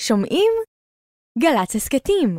שומעים? גל"צ הסכתים.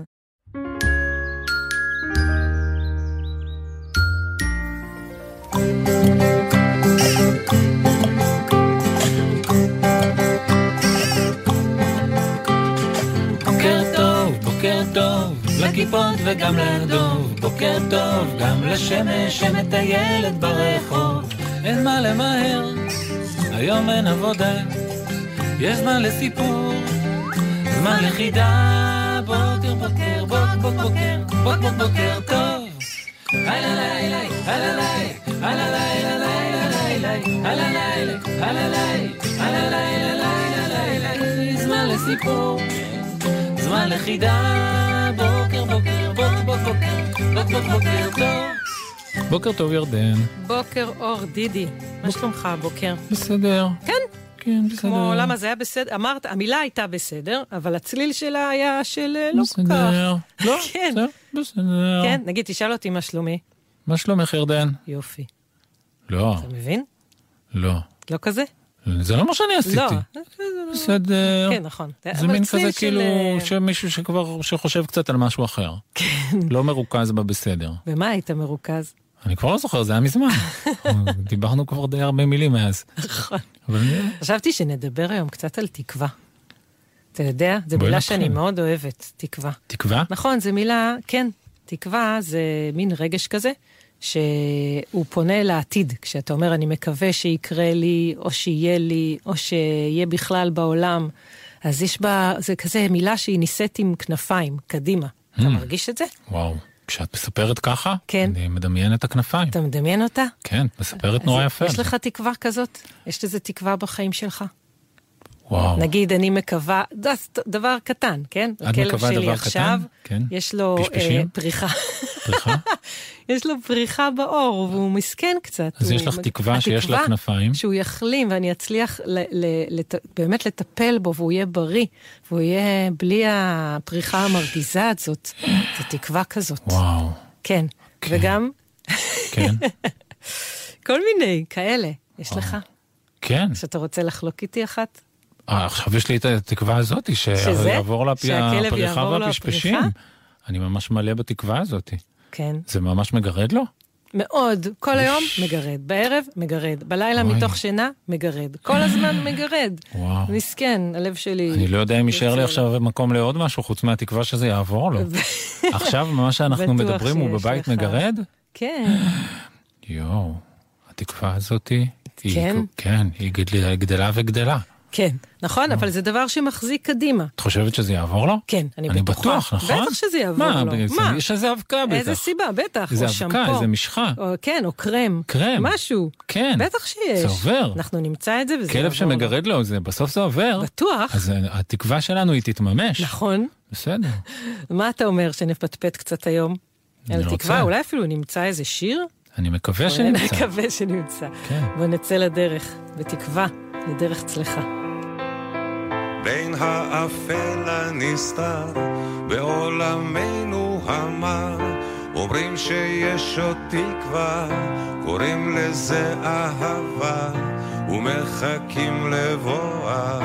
בוקר טוב, בוקר טוב, לכיפות וגם לדוב. בוקר טוב, גם לשמש שמטיילת ברחוב. אין מה למהר, היום אין עבודה, יש זמן לסיפור, זמן לחידה. בוקר בוקר, בוקר בוקר טוב. הללי, הללי, הללי, הללי, הללי, זמן לסיפור, זמן לחידה. בוקר טוב. בוקר טוב ירדן. בוקר אור דידי. מה שלומך הבוקר? בסדר. כן? כן, בסדר. כמו למה זה היה בסדר? אמרת, המילה הייתה בסדר, אבל הצליל שלה היה של לא כל כך. בסדר. לא, כן. בסדר. כן, נגיד, תשאל אותי מה שלומי. מה שלומך ירדן? יופי. לא. אתה מבין? לא. לא כזה? זה לא מה שאני עשיתי. לא. בסדר. כן, נכון. זה מין כזה כאילו שמישהו שחושב קצת על משהו אחר. כן. לא מרוכז בבסדר. במה היית מרוכז? אני כבר לא זוכר, זה היה מזמן. דיברנו כבר די הרבה מילים מאז. נכון. חשבתי שנדבר היום קצת על תקווה. אתה יודע? זו מילה שאני מאוד אוהבת, תקווה. תקווה? נכון, זו מילה, כן. תקווה זה מין רגש כזה, שהוא פונה לעתיד. כשאתה אומר, אני מקווה שיקרה לי, או שיהיה לי, או שיהיה בכלל בעולם. אז יש בה, זה כזה מילה שהיא ניסית עם כנפיים, קדימה. אתה מרגיש את זה? וואו. כשאת מספרת ככה, כן. אני מדמיין את הכנפיים. אתה מדמיין אותה? כן, מספרת נורא יפה. יש לך תקווה כזאת? יש לזה תקווה בחיים שלך? וואו. נגיד, אני מקווה, זה דבר קטן, כן? את מקווה דבר עכשיו, קטן? כן. יש לו פריחה. פריחה? יש לו פריחה באור, והוא מסכן קצת. אז יש לך תקווה שיש לה כנפיים. שהוא יחלים, ואני אצליח באמת לטפל בו, והוא יהיה בריא, והוא יהיה בלי הפריחה המרגיזה הזאת. זו תקווה כזאת. וואו. כן. וגם... כן. כל מיני כאלה. יש לך? כן. שאתה רוצה לחלוק איתי אחת? עכשיו יש לי את התקווה הזאת, שיעבור לה הפריחה והפשפשים. אני ממש מלא בתקווה הזאת. כן. זה ממש מגרד לו? מאוד. כל היום מגרד. בערב מגרד. בלילה מתוך שינה מגרד. כל הזמן מגרד. וואו. מסכן, הלב שלי... אני לא יודע אם יישאר לי עכשיו מקום לעוד משהו, חוץ מהתקווה שזה יעבור לו. עכשיו מה שאנחנו מדברים הוא בבית מגרד? כן. יואו, התקווה הזאת כן? כן, היא גדלה וגדלה. כן, נכון, אבל זה דבר שמחזיק קדימה. את חושבת שזה יעבור לו? כן, אני בטוח, נכון? בטח שזה יעבור לו. מה? יש איזה אבקה בטח. איזה סיבה, בטח. איזה אבקה, איזה משחה. כן, או קרם. קרם. משהו. כן. בטח שיש. זה עובר. אנחנו נמצא את זה וזה יעבור לו. כלב שמגרד לו, בסוף זה עובר. בטוח. אז התקווה שלנו היא תתממש. נכון. בסדר. מה אתה אומר שנפטפט קצת היום? על תקווה, אולי אפילו נמצא איזה שיר? אני מקווה שנמצא. אני מקווה שנמצא. כן. בוא נצא לדרך, בתקווה, לדרך צלחה. בין האפל הנסתר בעולמנו המר, אומרים שיש עוד תקווה, קוראים לזה אהבה ומחכים לבואה.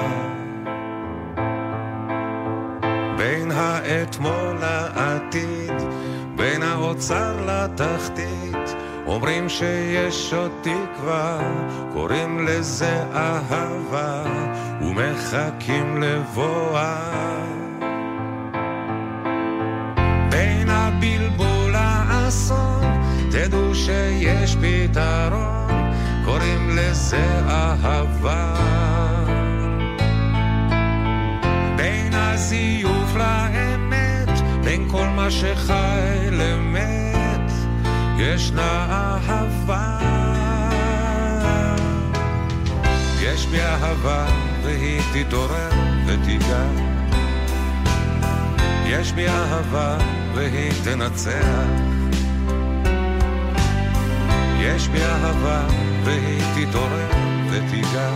בין האתמול לעתיד, בין האוצר לתחתית, אומרים שיש עוד תקווה, קוראים לזה אהבה ומחכים לבואה. בין הבלבול לאסון, תדעו שיש פתרון, קוראים לזה אהבה. בין הזיוף לאמת, בין כל מה שחי למת, ישנה אהבה. יש בי אהבה והיא תתעורר ותיגע, יש בי אהבה והיא תנצח, יש בי אהבה והיא תתעורר ותיגע,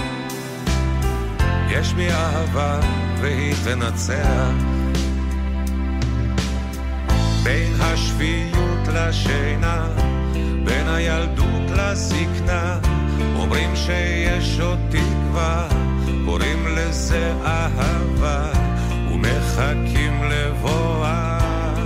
יש בי אהבה והיא תנצח. בין השפיות לשינה, בין הילדות לזקנה, אומרים שיש עוד תקווה, קוראים לזה אהבה ומחכים לבואה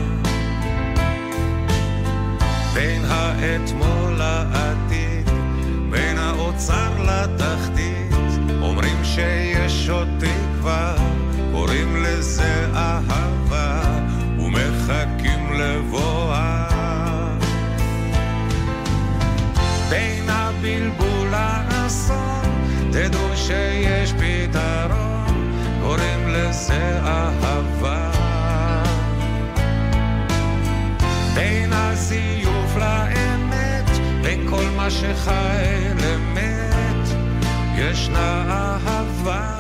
בין האתמול לעתיד, בין האוצר לתחתית. אומרים שיש עוד תקווה, קוראים לזה אהבה, ומחכים לבואה בין הבלבול לאסון. תדעו שיש פתרון, קוראים לזה אהבה. בין הזיוף לאמת, בין כל מה שחי למת, ישנה אהבה.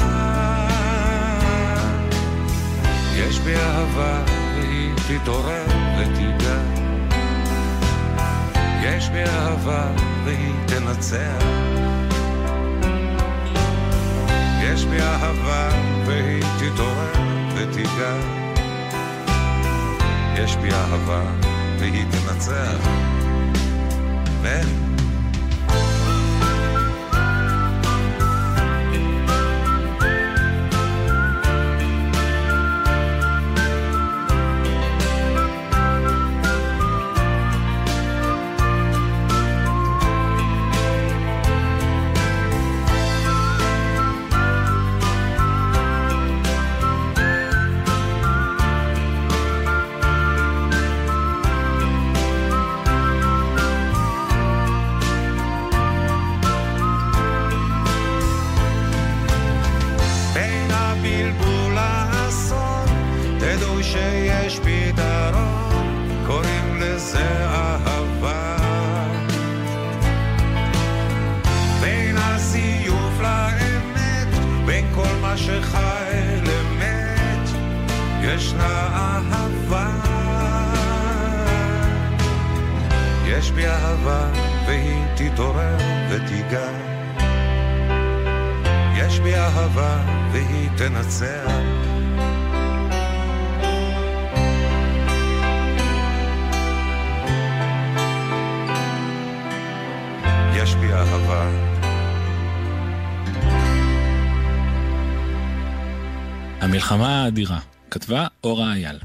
יש בי אהבה והיא תתעורר ותיגע, יש בי אהבה והיא תנצח, יש בי אהבה והיא תתעורר ותיגע, יש בי אהבה והיא תנצח. שיש פתרון, קוראים לזה אהבה. בין הזיוף לאמת, בין כל מה שחי למת, ישנה אהבה. יש בי אהבה והיא תתעורר ותיגע, יש בי אהבה והיא תנצח, יש בי אהבה. המלחמה האדירה, כתבה אורה אייל.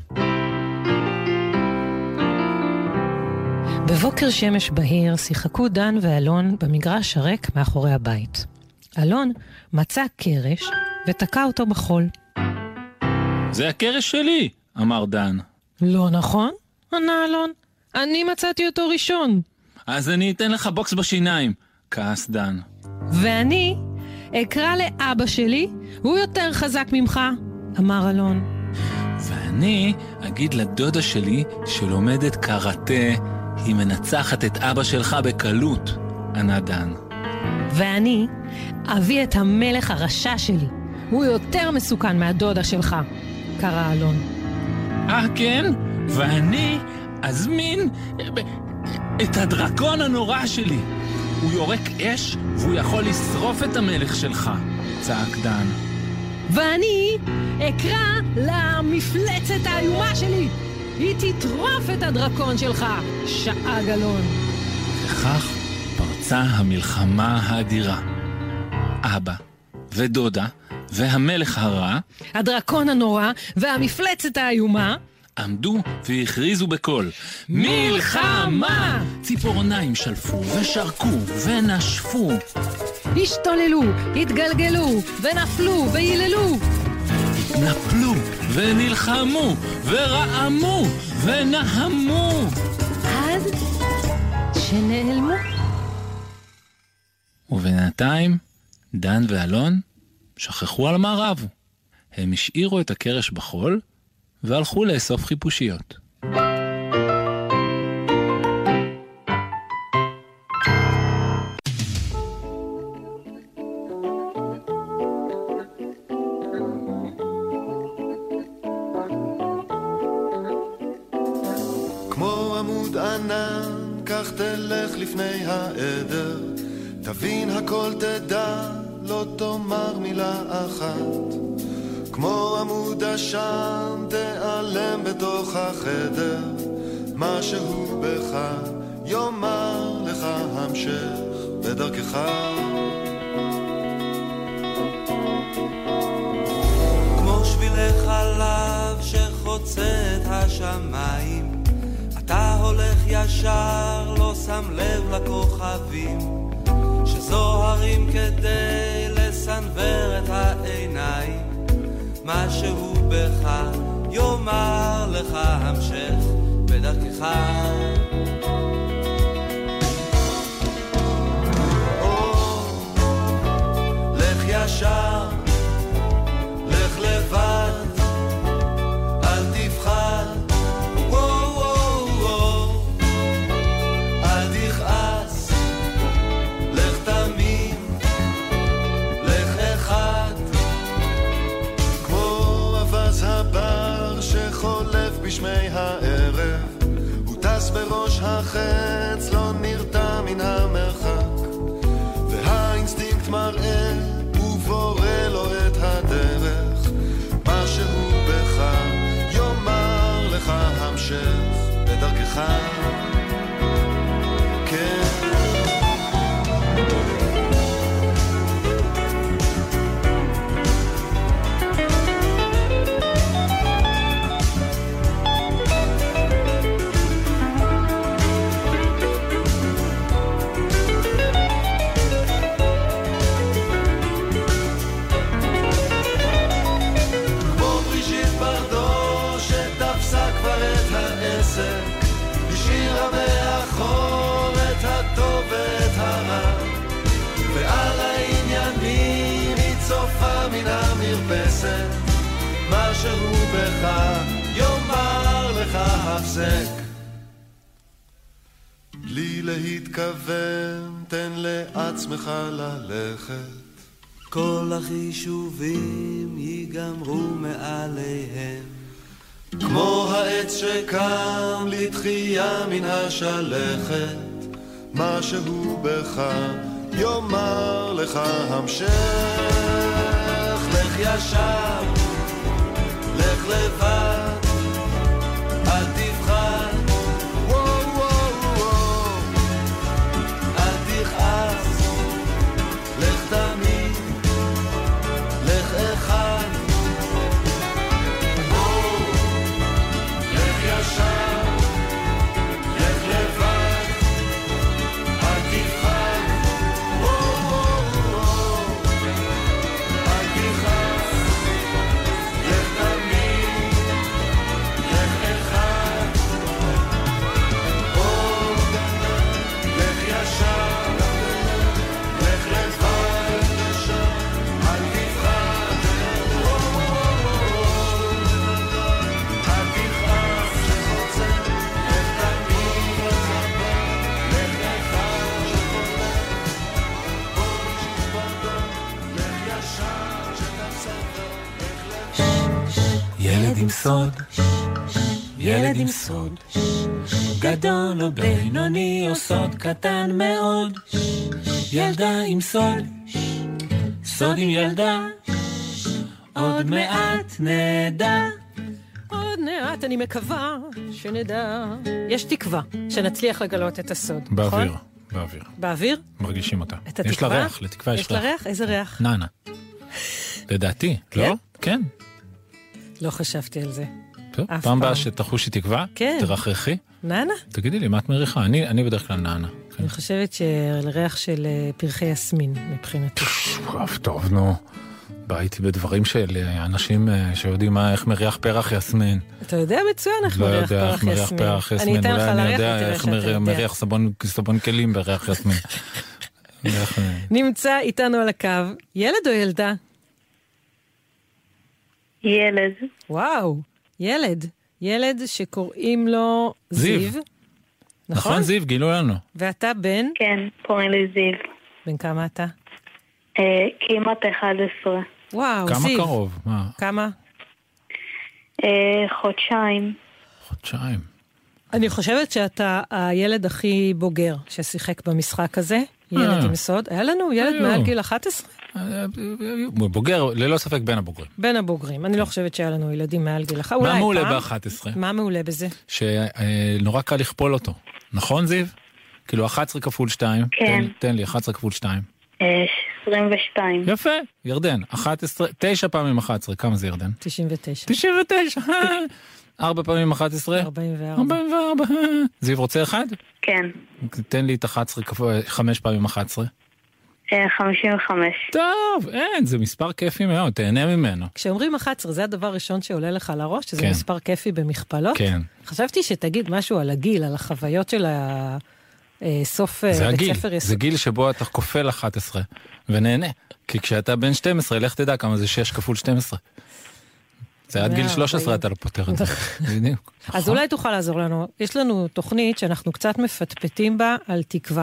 בבוקר שמש בהיר שיחקו דן ואלון במגרש הריק מאחורי הבית. אלון מצא קרש ותקע אותו בחול. זה הקרש שלי, אמר דן. לא נכון, ענה אלון. אני מצאתי אותו ראשון. אז אני אתן לך בוקס בשיניים, כעס דן. ואני אקרא לאבא שלי, הוא יותר חזק ממך, אמר אלון. ואני אגיד לדודה שלי שלומדת קראטה, היא מנצחת את אבא שלך בקלות, ענה דן. ואני אביא את המלך הרשע שלי, הוא יותר מסוכן מהדודה שלך, קרא אלון. כן? ואני אזמין את הדרקון הנורא שלי. הוא יורק אש והוא יכול לשרוף את המלך שלך, צעק דן. ואני אקרא למפלצת האיומה שלי, היא תטרוף את הדרקון שלך, שאג אלון. וכך פרצה המלחמה האדירה. אבא ודודה והמלך הרע, הדרקון הנורא והמפלצת האיומה, עמדו והכריזו בקול מלחמה! ציפורניים שלפו ושרקו ונשפו, השתוללו, התגלגלו ונפלו ויללו, התנפלו ונלחמו ורעמו ונהמו עד שנעלמו. ובינתיים דן ואלון שכחו על מה רבו. הם השאירו את הקרש בחול והלכו לאסוף חיפושיות. כמו עמוד ענן, כך תלך לפני העדר, תבין הכל תדע, לא תאמר מילה אחת. כמו עמוד עשן תיעלם בתוך החדר, משהו בך יאמר לך המשך בדרכך. כמו שבילי חלב חוצה את השמיים, אתה הולך ישר, לא שם לב לכוכבים שזוהרים כדי לסנבר את העיניים. משהו בך יאמר לך המשך בדרכך. לך ישר, לך לבד, אל תפחד, אל תכעס, לך תמיד, לך אחד. כמו אבז הבר שחולף בשמי הערב, הוא טס בראש החץ, לא נרתע מן המרחק, והאינסטינקט מראה ובורא לו את הדרך. משהו בך יאמר לך המשך בדרכך. כן, השאירה מאחור את הטוב ואת הרע, ועל העניינים היא צופה מן המרפסת. משהו בך יאמר לך הפסק. בלי להתכוון תן לעצמך ללכת, כל החישובים ייגמרו מעליהם, כמו העץ שקם לתחייה מן השלכת. משהו בך יאמר לך המשך. לך ישר, לך לבד, אל תפחד, אל תכעס, לך תמיד, לך אחד. ילד עם סוד, ילד עם סוד, גדול או בינוני או סוד קטן מאוד. ילדה עם סוד, סוד עם ילדה, עוד מעט נדע. עוד מעט אני מקווה שנדע. יש תקווה שנצליח לגלות את הסוד. באוויר, באוויר. באוויר? מרגישים אותה. את התקווה? יש לה ריח, לתקווה יש ריח. יש לה ריח? איזה ריח? נענה. לדעתי, לא? כן. לא חשבתי על זה. פעם באה שתחושי תקווה, תרחרחי. נענה? תגידי לי, מה את מריחה? אני בדרך כלל נענה. אני חושבת שריח של פרחי יסמין מבחינתי. טוב, נו. הייתי בדברים של אנשים שיודעים איך מריח פרח יסמין. אתה יודע מצוין איך מריח פרח יסמין. אני אתן לך להריח ותראה שאתה יודע. איך מריח סבון כלים בריח יסמין. נמצא איתנו על הקו, ילד או ילדה? ילד. וואו, ילד. ילד שקוראים לו זיו. נכון, זיו, גילו לנו. ואתה בן? כן, קוראים לי זיו. בן כמה אתה? כמעט 11. וואו, כמה זיו. קרוב? כמה? חודשיים. חודשיים. אני חושבת שאתה הילד הכי בוגר ששיחק במשחק הזה. ילד עם סוד. היה לנו ילד מעל גיל 11? בוגר, ללא ספק בין הבוגרים. בין הבוגרים. אני לא חושבת שהיה לנו ילדים מעל גיל 11. מה מעולה ב-11? מה מעולה בזה? שנורא קל לכפול אותו. נכון, זיו? כאילו 11 כפול 2. כן. תן לי 11 כפול 2. 22. יפה, ירדן, 11, 9 פעמים 11, כמה זה ירדן? 99. 99, 4 פעמים 11? 44. 44, זיו רוצה אחד? כן. תן לי את 11, 5 פעמים 11. 55. טוב, אין, זה מספר כיפי מאוד, תהנה ממנו. כשאומרים 11, זה הדבר הראשון שעולה לך לראש, שזה כן. מספר כיפי במכפלות? כן. חשבתי שתגיד משהו על הגיל, על החוויות של סוף זה בית הגיל, ספר זה גיל שבו אתה כופל 11 ונהנה. כי כשאתה בן 12, לך תדע כמה זה 6 כפול 12. זה עד גיל 13 אתה לא פותר את זה. בדיוק. אז אולי תוכל לעזור לנו. יש לנו תוכנית שאנחנו קצת מפטפטים בה על תקווה.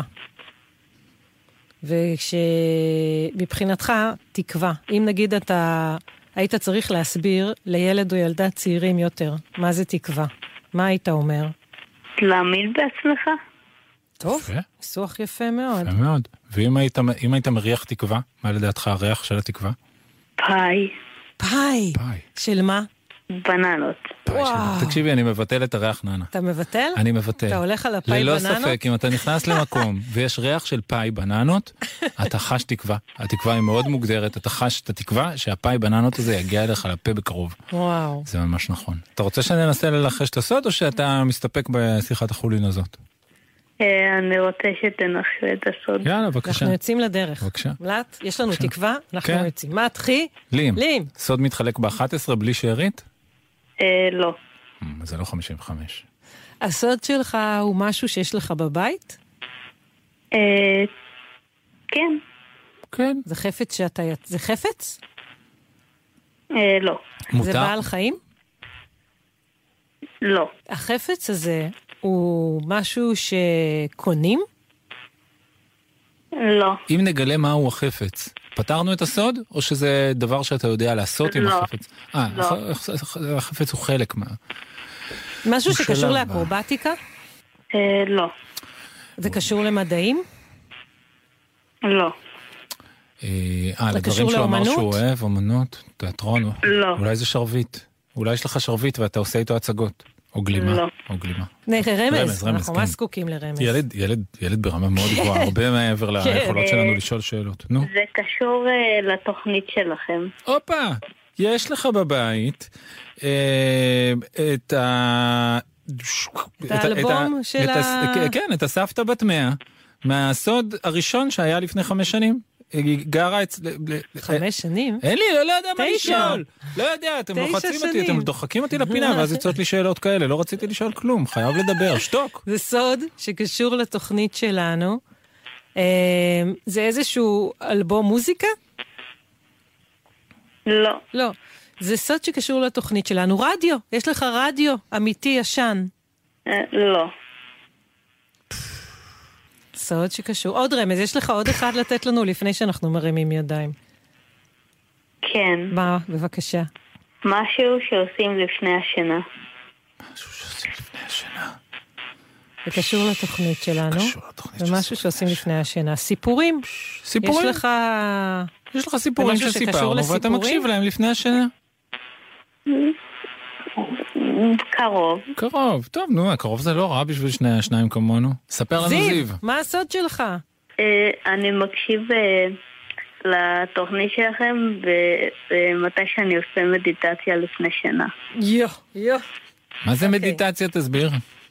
וכשמבחינתך תקווה, אם נגיד אתה היית צריך להסביר לילד או ילדה צעירים יותר, מה זה תקווה? מה היית אומר? להאמין בעצמך? טוב, יפה. ניסוח יפה מאוד. יפה מאוד. ואם היית מריח תקווה, מה לדעתך הריח של התקווה? פאי. פאי. פאי. של מה? בננות. תקשיבי, אני מבטל את הריח ננה. אתה מבטל? אני מבטל. אתה הולך על הפאי ללא בננות? ספק, אם אתה נכנס למקום ויש ריח של פאי בננות, אתה חש תקווה. התקווה היא מאוד מוגדרת, אתה חש את התקווה שהפאי בננות הזה יגיע אליך לפה בקרוב. וואו. זה ממש נכון. אתה רוצה שננסה ללחש את הסוד, או שאתה מסתפק בשיחת החולין הזאת? אני רוצה שתנחשו את הסוד. יאללה, בבקשה. אנחנו יוצאים לדרך. בבקשה. מלט, יש לנו תקווה, אנחנו כן. יוצאים. מה, תחי? לים. לים. סוד מתחלק ב-11 בלי שארית? לא. זה לא 55. הסוד שלך הוא משהו שיש לך בבית? כן. כן. זה חפץ שאתה... זה חפץ? לא. זה מותר? בעל חיים? לא. החפץ הזה הוא משהו שקונים? לא. אם נגלה מהו החפץ, פתרנו את הסוד, או שזה דבר שאתה יודע לעשות עם לא. החפץ? לא. החפץ הוא חלק מה... משהו הוא שקשור שלב לאקרובטיקה? לא. זה קשור למדעים? לא. זה לדברים קשור שהוא אמר לאומנות? שהוא אוהב, אומנות, תיאטרון. לא. אולי זה שרביט. אולי יש לך שרביט ואתה עושה איתו הצגות. או גלימה. לא. או גלימה. רמז, אנחנו כן. מה זקוקים לרמז? ילד ברמה מאוד גבוהה, הרבה מעבר ליכולות שלנו לשאול שאלות. נו. זה קשור לתוכנית שלכם. הופה, יש לך בבית את האלבום של כן, את הסבתא בת 100, מהסוד הראשון שהיה לפני 5 שנים. היא גרה 5 שנים? אין לי, לא יודע מה 9. לשאול. לא יודע, אתם 9 לוחצים אותי, שנים. אתם דוחקים אותי לפינה, ואז יוצאות לי שאלות כאלה. לא רציתי לשאול כלום, חייב לדבר, שתוק. זה סוד שקשור לתוכנית שלנו. זה איזשהו אלבום מוזיקה? לא. לא. זה סוד שקשור לתוכנית שלנו. רדיו. יש לך רדיו אמיתי ישן. לא. סוד שקשור. עוד רמז, יש לך עוד אחד לתת לנו לפני שאנחנו מרימים ידיים. כן. מה? בבקשה. משהו שעושים לפני השינה. משהו שעושים לפני השינה. זה קשור לתוכנית שלנו. קשור לתוכנית זה משהו שעושים לפני השינה. סיפורים. סיפורים. יש לך סיפורים זה משהו שקשור שסיפרנו, ואתה לסיפורים? מקשיב להם לפני השינה. קרוב. קרוב. טוב, נו, הקרוב זה לא רע בשביל שניים כמונו. ספר לנו זיו. מה הסוד שלך? אני מקשיב לתוכנית שלכם מתי שאני עושה מדיטציה לפני שינה. יו. מה זה מדיטציה? תסביר.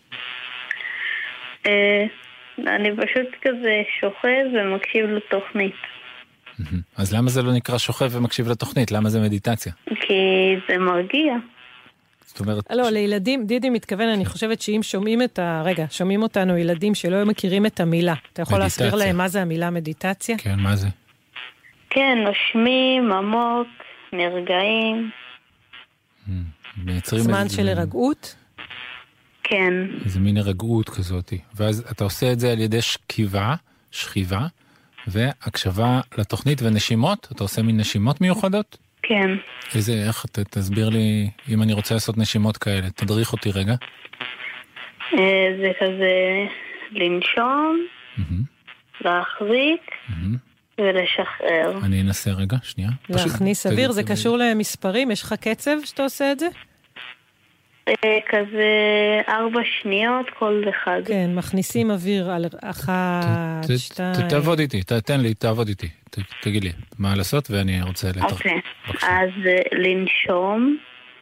אני פשוט כזה שוכב ומקשיב לתוכנית. אז למה זה לא נקרא שוכב ומקשיב לתוכנית? למה זה מדיטציה? כי זה מרגיע. זאת אומרת... לא, לילדים, דידי מתכוון, אני חושבת שאם שומעים אותנו ילדים שלא מכירים את המילה, אתה יכול מדיטציה. להסביר להם מה זה המילה מדיטציה? כן, מה זה? כן, נושמים עמוק, נרגעים. מייצרים זמן איזה- של הרגעות? כן. איזה מין הרגעות כזאת. ואז אתה עושה את זה על ידי שכיבה, והקשבה לתוכנית ונשימות. אתה עושה מין נשימות מיוחדות? כן. איך, תסביר לי, אם אני רוצה לעשות נשימות כאלה, תדריך אותי רגע. זה כזה לנשום, להחזיק ולשחרר. אני אנסה רגע, שנייה. להכניס אוויר, זה קשור למספרים? יש לך קצב שאתה עושה את זה? כזה 4 שניות כל אחד. כן, מכניסים אוויר על 1, 2... תעבוד איתי, תתן לי, תעבוד איתי. תגיד לי, מה לעשות ואני רוצה לתרגם. אוקיי, אז לנשום.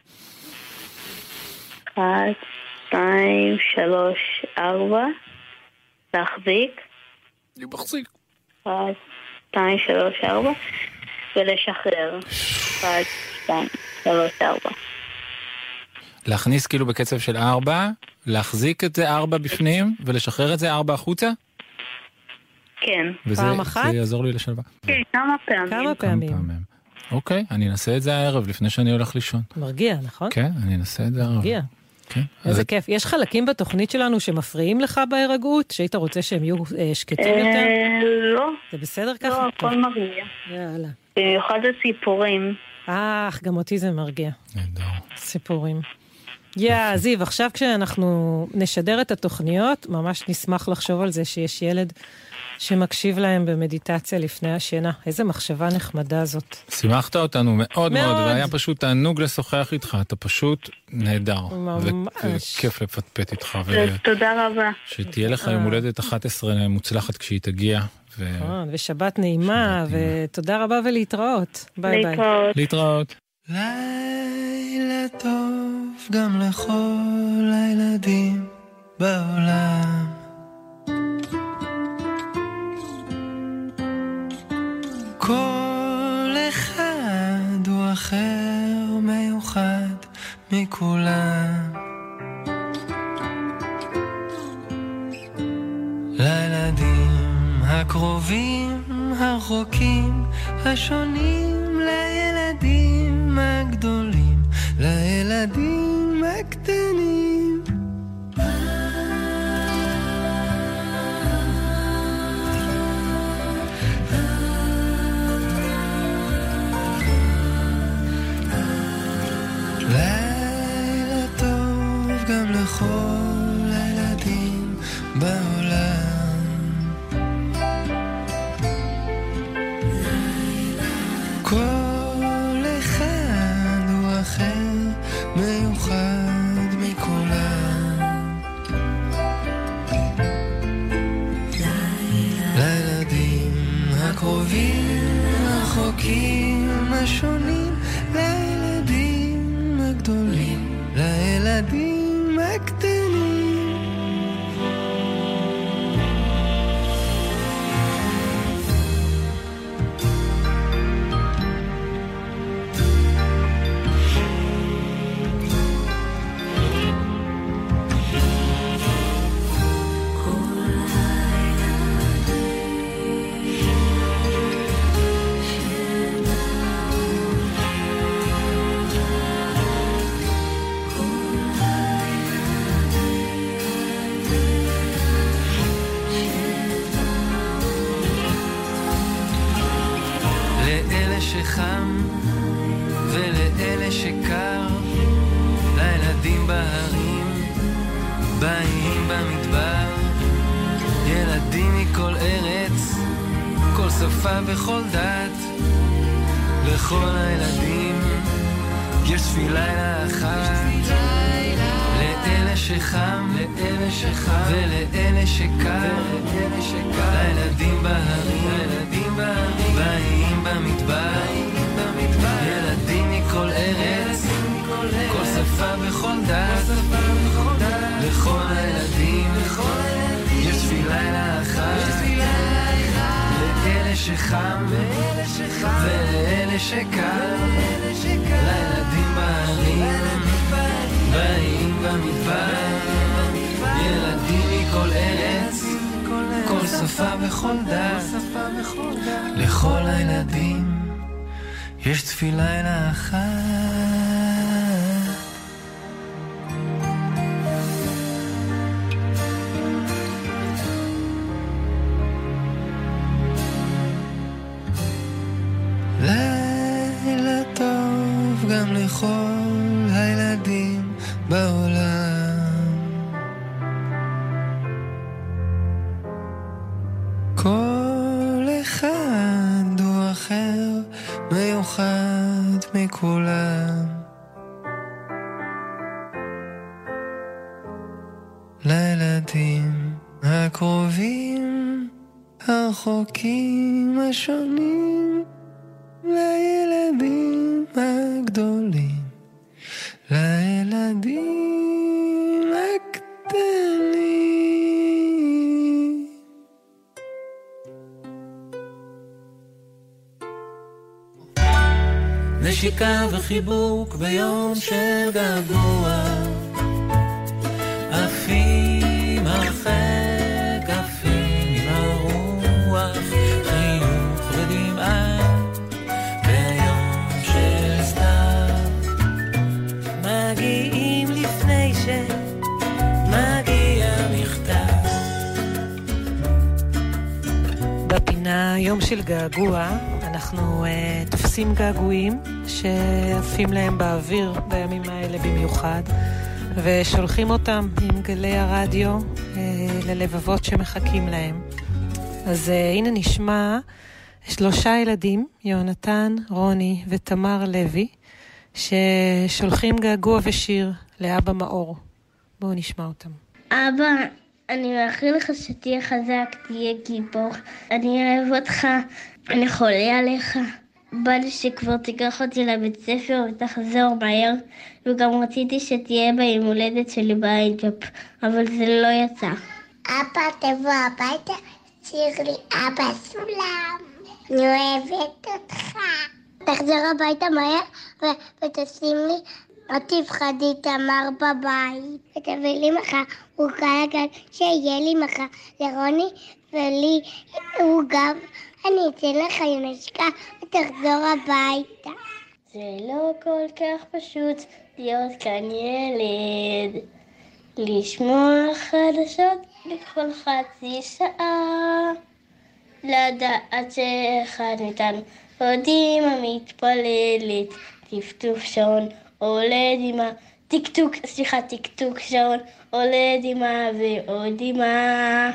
1, 2, 3, 4. להחזיק. אני מחזיק. 1, 2, 3, 4. ולשחרר. 1, 2, 3, 4. להכניס כאילו בקצב של 4, להחזיק את זה 4 בפנים, ולשחרר את זה 4 החוצה? כן. פעם אחת? זה יעזור לי לשלווה. כן, כמה פעמים. כמה פעמים. אוקיי, אני אנסה את זה הערב, לפני שאני הולך לישון. מרגיע, נכון? כן, אני אנסה את זה הערב. מרגיע. כן. איזה כיף. יש חלקים בתוכנית שלנו שמפריעים לך בהירגעות? שהיית רוצה שהם יהיו שקטים יותר? לא. זה בסדר ככה? לא, הכל מרגיע. יאללה. במיוחד הציפורים. גם אותי זה מרגיע. נהדר. סיפורים. זיו, עכשיו כשאנחנו נשדר את התוכניות, ממש נשמח לחשוב על זה שיש ילד שמקשיב להם במדיטציה לפני השינה. איזה מחשבה נחמדה זאת. שימחת אותנו מאוד מאוד, והיה פשוט תענוג לשוחח איתך, אתה פשוט נהדר. ממש. וכיף לפטפט איתך. תודה רבה. שתהיה לך יום הולדת 11 מוצלחת כשהיא תגיע. ושבת נעימה, ותודה רבה ולהתראות. ביי ביי. להתראות. לילה טוב גם לכל הילדים בעולם, כל אחד הוא אחר מיוחד מכולם. לילדים הקרובים הרחוקים השונים, לילדים הגדולים, לילדים הקטנים. לילה טוב גם לכל הילדים בעולם, כל אחד הוא אחר מיוחד מכולם. לילדים הקרובים הרחוקים השונים, לילדים הגדולים, לילדים הקטנים. שחם ולאלה שקר, לילדים בהרים, באים במדבר, ילדים מכל ארץ, כל שפה וכל דת. לכל הילדים יש תפילה לילה אחת, לאלה שחם ולאלה שקר, לילדים בהרים, באים במדבר, ילדים מכל ארץ, כל שפה וכל דת. לכל הילדים יש תפילה לילה אחת, לאלה שחם ולאלה שקר, לילדים בהרים, באים במדבר, ילדים מכל ארץ, כל שפה וכל דת. לכל הילדים יש תפילה לילה אחת. לילה טוב גם לכל הילדים בעולם, כל אחד הוא אחר מיוחד מכולם. לקרובים הרחוקים השונים, לילדים הגדולים, לילדים הקטנים. נשיקה וחיבוק ביום של געגוע, עפים הרחק, עפים עם הרוח, חיוך ודמעה ביום של סתיו. מגיעים לפני שמגיע מכתב. בפינה יום של געגוע אנחנו תופסים געגועים שעפים להם באוויר בימים האלה במיוחד, ושולחים אותם עם גלי הרדיו ללבבות שמחכים להם. אז הנה נשמע 3 ילדים, יונתן, רוני ותמר לוי, ששולחים געגוע ושיר לאבא מאור. בואו נשמע אותם. אבא, אני מאחל לך שתהיה חזק, תהיה גיבור. אני אוהב אותך, אני חולה עליך. בא לי שכבר תיקח אותי לבית ספר ותחזור מהר, וגם רציתי שתהיה ביום הולדת שלי באינטופ, אבל זה לא יצא. אבא, תבוא הביתה, שיר לי אבא סולם, אני אוהבת אותך. תחזור הביתה מהר ותשים לי עטיף חדית תמר בבית, ותביא לי מחר עוגה לגן, שיהיה לי מחר לרוני ולי עוגה. אני אתן לך נשיקה ותחזור הביתה. זה לא כל כך פשוט להיות כאן ילד, לשמוע חדשות בכל חצי שעה, לדעת שאחד מאיתנו עוד אמא מתפללת, טפטוף שעון עולה דמעה, טקטוק שעון עולה דמעה ועוד דמעה.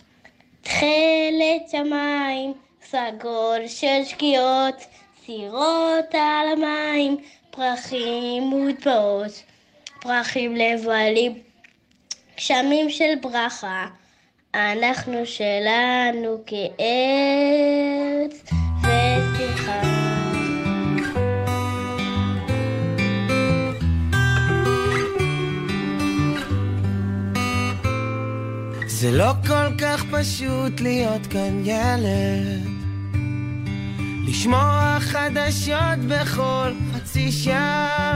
תכלת שמיים סגול של שקיעות, סירות על המים, פרחים ודבעות, פרחים לבלים, גשמים של ברכה, אנחנו שלנו כארץ ושמחה. זה לא כל כך פשוט להיות כאן ילד, לשמוע חדשות בכל חצי שעה,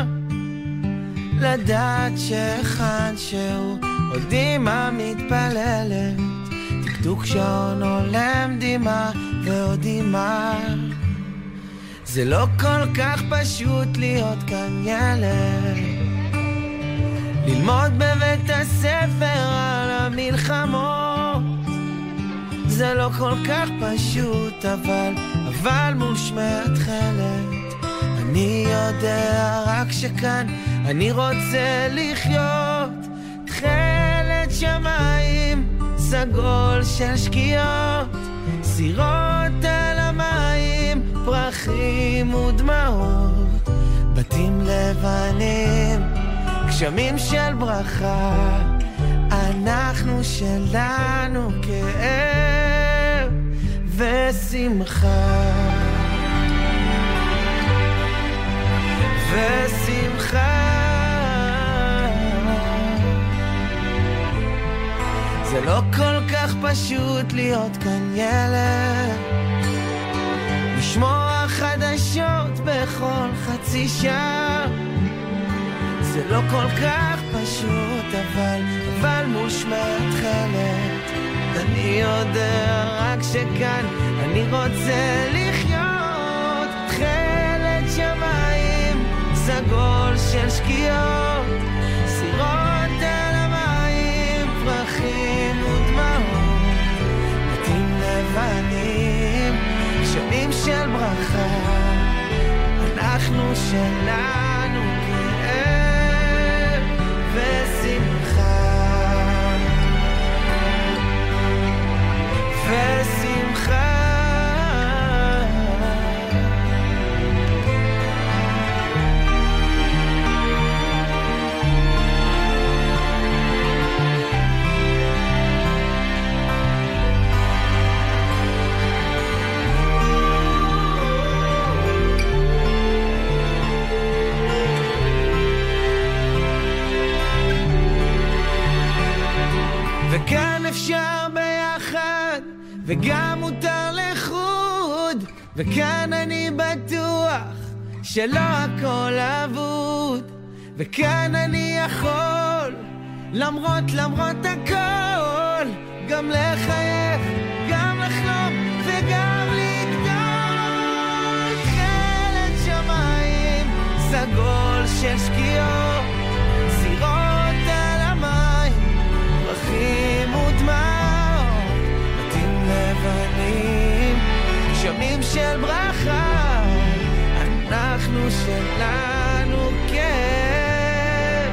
לדעת שאחד שהוא עוד אמא מתפללת, טקטוק שעון עולם דמעה ועוד דמעה. זה לא כל כך פשוט להיות כאן ילד, ללמוד בבית הספר על המלחמות, זה לא כל כך פשוט, אבל מול שמי התחלת, אני יודע רק שכאן אני רוצה לחיות. תחלת שמיים סגול של שקיעות, סירות על המים, פרחים ודמעות, בתים לבנים, גשמים של ברכה, אנחנו שלנו כאב ושמחה, ושמחה. זה לא כל כך פשוט להיות כאן ילד, לשמוע חדשות בכל חצי שעה, זה לא כל כך פשוט, אבל מול שמי התחלת, אני יודע רק שכאן אני רוצה לחיות. תחלת שמיים סגול של שקיעות, סירות על המים, פרחים ודמעות, בתים לבנים, גשמים של ברכה, אנחנו שלנו כאב ושמחה, ושמחה. וגם מותר לחוד, וכאן אני בטוח שלא הכל אבוד, וכאן אני יכול למרות הכל גם לחייך, גם לחלום וגם לגדול. תחילת שמיים סגול של שקיעות, סירות על המים, פרחים ודמעות, בתים לבנים, גשמים של ברכה, אנחנו שלנו כן.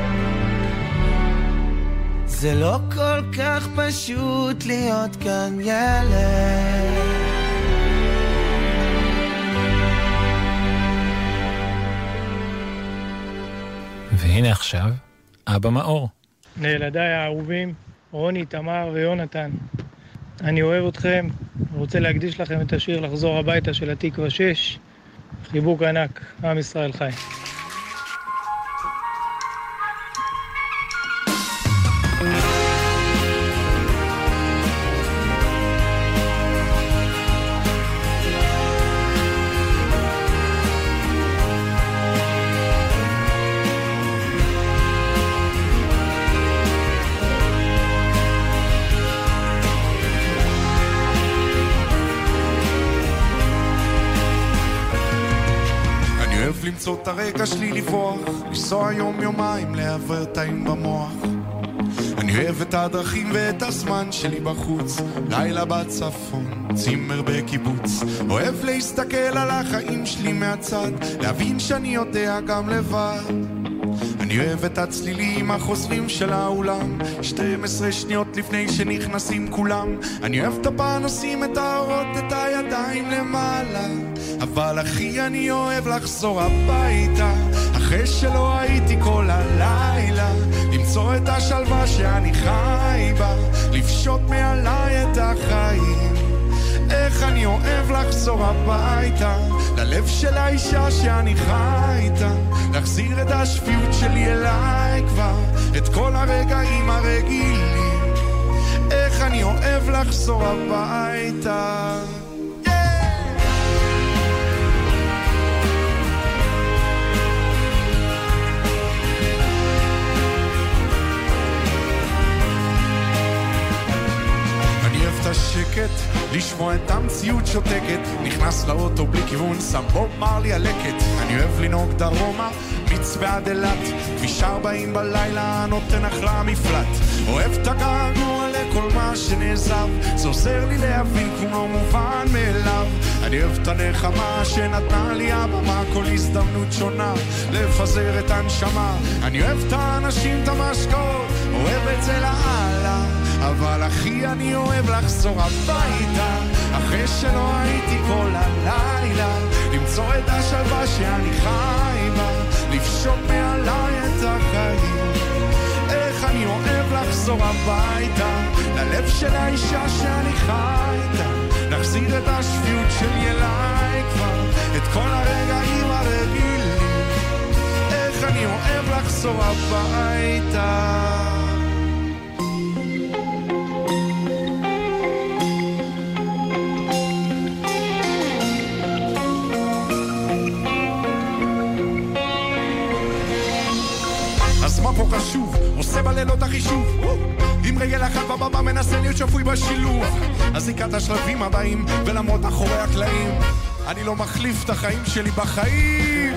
זה לא כל כך פשוט להיות כאן ילד. והנה עכשיו, אבא מאור. לילדיי האהובים, רוני, תמר ויונתן, אני אוהב אתכם, רוצה להקדיש לכם את השיר לחזור הביתה של התקווה 6. חיבוק ענק, עם ישראל חי. למצוא את הרגע שלי לברוח, לנסוע יום יומיים לעבר תאים במוח. אני אוהב את הדרכים ואת הזמן שלי בחוץ, לילה בצפון, צימר בקיבוץ. אוהב להסתכל על החיים שלי מהצד, להבין שאני יודע גם לבד. אני אוהב את הצלילים החוזרים של האולם, 12 שניות לפני שנכנסים כולם. אני אוהב את הפנסים, את האורות, את הידיים למעלה. אבל אחי אני אוהב לחזור הביתה, אחרי שלא הייתי כל הלילה, למצוא את השלווה שאני חי בה, לפשוט מעליי את החיים. איך אני אוהב לחזור הביתה, ללב של האישה שאני חי איתה, להחזיר את השפיות שלי אליי כבר, את כל הרגעים הרגילים. איך אני אוהב לחזור הביתה. השקט, לשמוע את המציאות שותקת, נכנס לאוטו בלי כיוון, שם בוב מרלי הלקט. אני אוהב לנהוג דרומה, מצפה עד אילת, כביש 40 בלילה נותן אחלה מפלט. אוהב את הגעגוע לכל מה שנעזב, זה עוזר לי להבין כמו מובן מאליו. אני אוהב את הנחמה שנתנה לי הבמה, כל הזדמנות שונה לפזר את הנשמה. אני אוהב את האנשים, את המשקעות, אוהב את זה לעלה. אבל אחי אני אוהב לחזור הביתה, אחרי שלא הייתי כל הלילה, למצוא את השלווה שאני חי בה, לפשוט מעליי את החיים. איך אני אוהב לחזור הביתה, ללב של האישה שאני חי איתה, להחזיר את השפיות שלי אליי כבר, את כל הרגעים הרגילים. איך אני אוהב לחזור הביתה. מה פה חשוב? עושה בלילות החישוב, עם רגל אחת בבא מנסה להיות שפוי בשילוב, אז זיקת השלבים הבאים ולמרות אחורי הקלעים, אני לא מחליף את החיים שלי בחיים.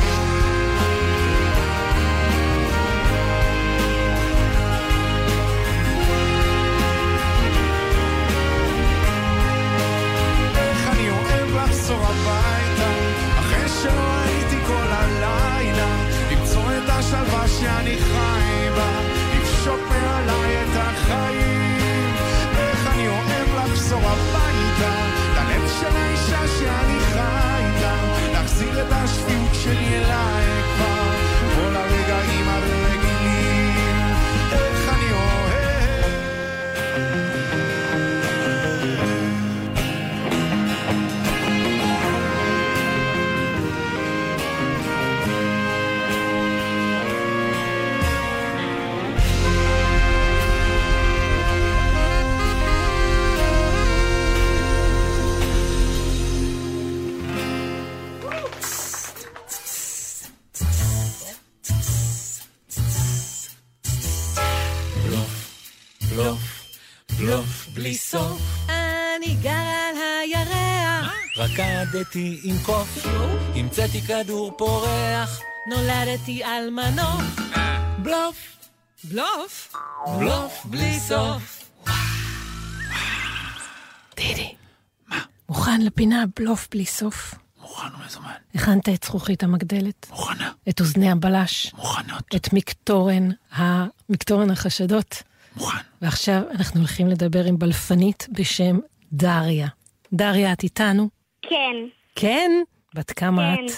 איך אני אוהב לחזור הביתה, אחרי שלא הייתי כל הלילה, למצוא את השלווה שאני חי בה, לפשוט מעליי את החיים. איך אני אוהב לחזור הביתה, ללב של האישה שאני חי איתה, להחזיר את השפיות שלי אליי. בלי סוף. אני גר על הירח, רקדתי עם קוף, המצאתי כדור פורח, נולדתי על מנוף. בלוף, בלוף? בלוף בלי סוף. דידי, מה? מוכן לפינה בלוף בלי סוף? מוכן ומזומן. הכנת את זכוכית המגדלת? מוכנה. את אוזני הבלש? מוכנות. את מקטורן החשדות? מוכן. ועכשיו אנחנו הולכים לדבר עם בלפנית בשם דריה. דריה, את איתנו? כן. כן? בת כמה את?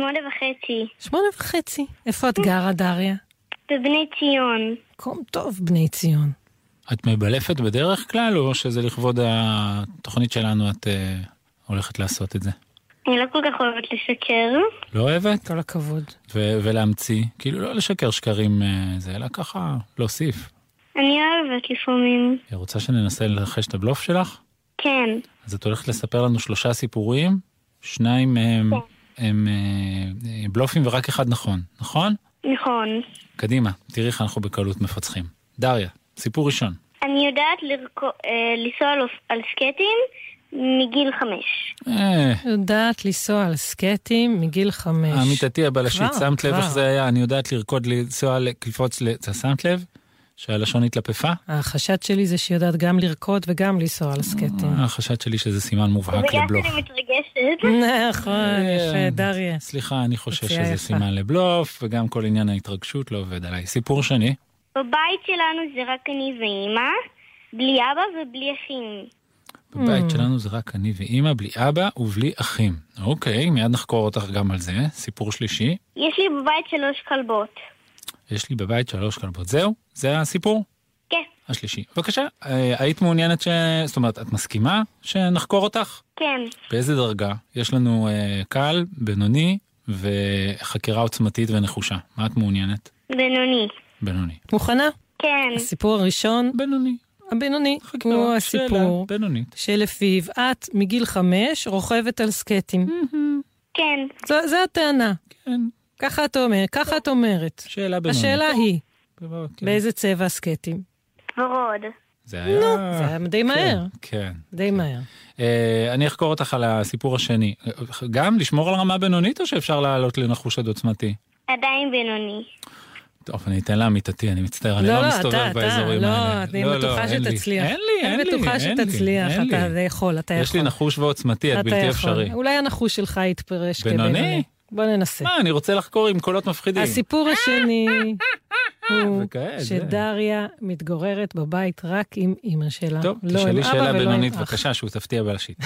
8.5. 8.5. איפה את גרה, דריה? בבני ציון. מקום טוב, בני ציון. את מבלפת בדרך כלל, או שזה לכבוד התוכנית שלנו את הולכת לעשות את זה? אני לא כל כך אוהבת לשקר. לא אוהבת? כל הכבוד. ולהמציא, כאילו לא לשקר שקרים זה, אלא ככה להוסיף. אני אוהבת לפעמים. רוצה שננסה לנחש את הבלוף שלך? כן. אז את הולכת לספר לנו 3 סיפורים, 2 מהם הם בלופים ורק אחד נכון, נכון? נכון. קדימה, תראי איך אנחנו בקלות מפצחים. דריה, סיפור ראשון. אני יודעת לנסוע על סקטים מגיל 5. יודעת לנסוע על סקטים מגיל 5. עמיתתי הבלשית, שמת לב איך זה היה? אני יודעת לרקוד, לנסוע, לקפוץ, שמת לב? שהלשון התלפפה? החשד שלי זה שיודעת גם לרקוד וגם לנסוע על סקטים. החשד שלי שזה סימן מובהק לבלוף. בגלל שאני מתרגשת. נכון, יפה, דריה. סליחה, אני חושב שזה סימן לבלוף, וגם כל עניין ההתרגשות לא עובד עליי. סיפור שני. בבית שלנו זה רק אני ואמא, בלי אבא ובלי אחים. בבית שלנו זה רק אני ואמא, בלי אבא ובלי אחים. אוקיי, מיד נחקור אותך גם על זה. סיפור שלישי. יש לי בבית 3 כלבות. יש לי בבית 3 כלבות. זהו? זה הסיפור? כן. השלישי. בבקשה, היית מעוניינת זאת אומרת, את מסכימה שנחקור אותך? כן. באיזה דרגה? יש לנו קל, בינוני וחקירה עוצמתית ונחושה. מה את מעוניינת? בינוני. בינוני. מוכנה? כן. הסיפור הראשון? בינוני. הבינוני הוא הסיפור שלפיו את מגיל 5 רוכבת על סקטים. כן. זה הטענה. כן. ככה את אומרת. שאלה בינונית. השאלה היא, באיזה צבע הסקטים? ורוד. זה היה... זה היה די מהר. כן. די מהר. אני אחקור אותך על הסיפור השני. גם לשמור על רמה בינונית או שאפשר לעלות לנחוש עד עוצמתי? עדיין בינוני. טוב, אני אתן לאמיתתי, אני מצטער, אני לא מסתובב באזורים האלה. אני בטוחה שתצליח. אין לי. אני בטוחה שתצליח, אתה יכול. יש לי נחוש ועוצמתי, את בלתי אפשרי. אולי הנחוש שלך יתפרש בינוני? בוא ננסה. מה, אני רוצה לחקור עם קולות מפחידים. הסיפור השני הוא שדריה מתגוררת בבית רק עם אמא שלה. טוב, תשאלי שאלה בינונית, בבקשה, שהוא תפתיע בלשית.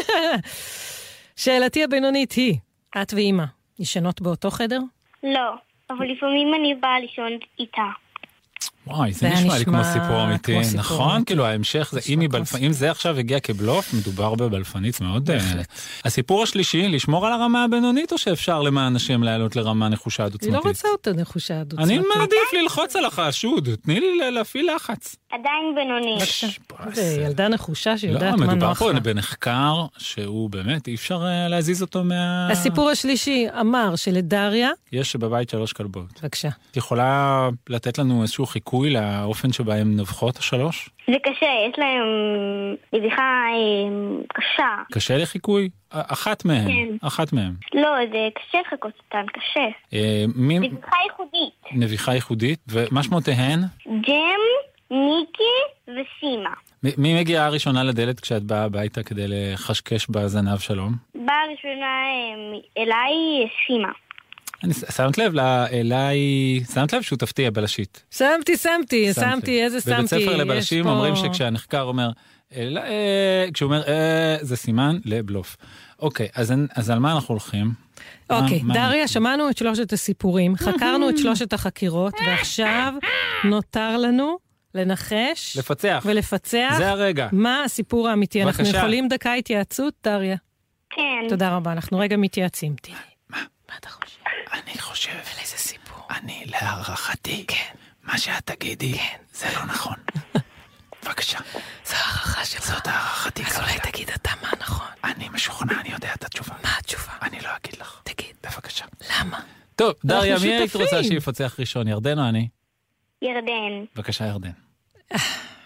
שאלתי הבינונית היא, את ואמא ישנות באותו חדר? לא, אבל לפעמים אני באה לישון איתה. וואי, זה נשמע לי כמו סיפור אמיתי, נכון? כאילו ההמשך, אם זה עכשיו הגיע כבלוף, מדובר בבלפנית מאוד... הסיפור השלישי, לשמור על הרמה הבינונית, או שאפשר למען אנשים לעלות לרמה נחושה עד עוצמתית? היא לא רוצה אותה נחושה עד עוצמתית. אני מעדיף ללחוץ על החשוד, תני לי להפעיל לחץ. עדיין בינוני. זה ילדה נחושה שיודעת מה נוח. לא, מדובר פה בנחקר שהוא באמת, אי אפשר להזיז אותו מה... הסיפור השלישי אמר שלדריה... יש בבית 3 כלבות. בבקשה. את יכולה לתת לנו איזשהו חיקוי לאופן שבה הן נובחות 3? זה קשה, יש להם נביחה קשה. קשה לחיקוי? אחת מהם. כן. אחת מהם. לא, זה קשה לחכות אותן, קשה. נביחה ייחודית. נביחה ייחודית, ומה שמותיהן? ג'ם, ניקי וסימה. מי מגיעה הראשונה לדלת כשאת באה הביתה כדי לחשקש בזנב שלום? באה הראשונה אליי סימה. אני שמת לב שמת לב שהוא תפתיע בלשית. שמתי, איזה שמתי. בבית ספר לבלשים אומרים שכשהנחקר אומר, כשהוא אומר, זה סימן לבלוף. אוקיי, אז על מה אנחנו הולכים? אוקיי, דריה, שמענו את 3 הסיפורים, חקרנו את 3 החקירות, ועכשיו נותר לנו לנחש. לפצח. ולפצח. זה הרגע. מה הסיפור האמיתי? אנחנו יכולים דקה התייעצות, דריה? כן. תודה רבה, אנחנו רגע מתייעצים. מה אתה חושב? אני חושב... על איזה סיפור? אני להערכתי. כן. מה שאת תגידי, זה לא נכון. בבקשה. זו הערכה שלך. זאת הערכתי. אז אולי תגיד אתה מה נכון. אני משוכנע, אני יודע את התשובה. מה התשובה? אני לא אגיד לך. תגיד. בבקשה. למה? טוב, דריה, מי היית רוצה שיפצח ראשון? ירדן או אני? ירדן. בבקשה, ירדן.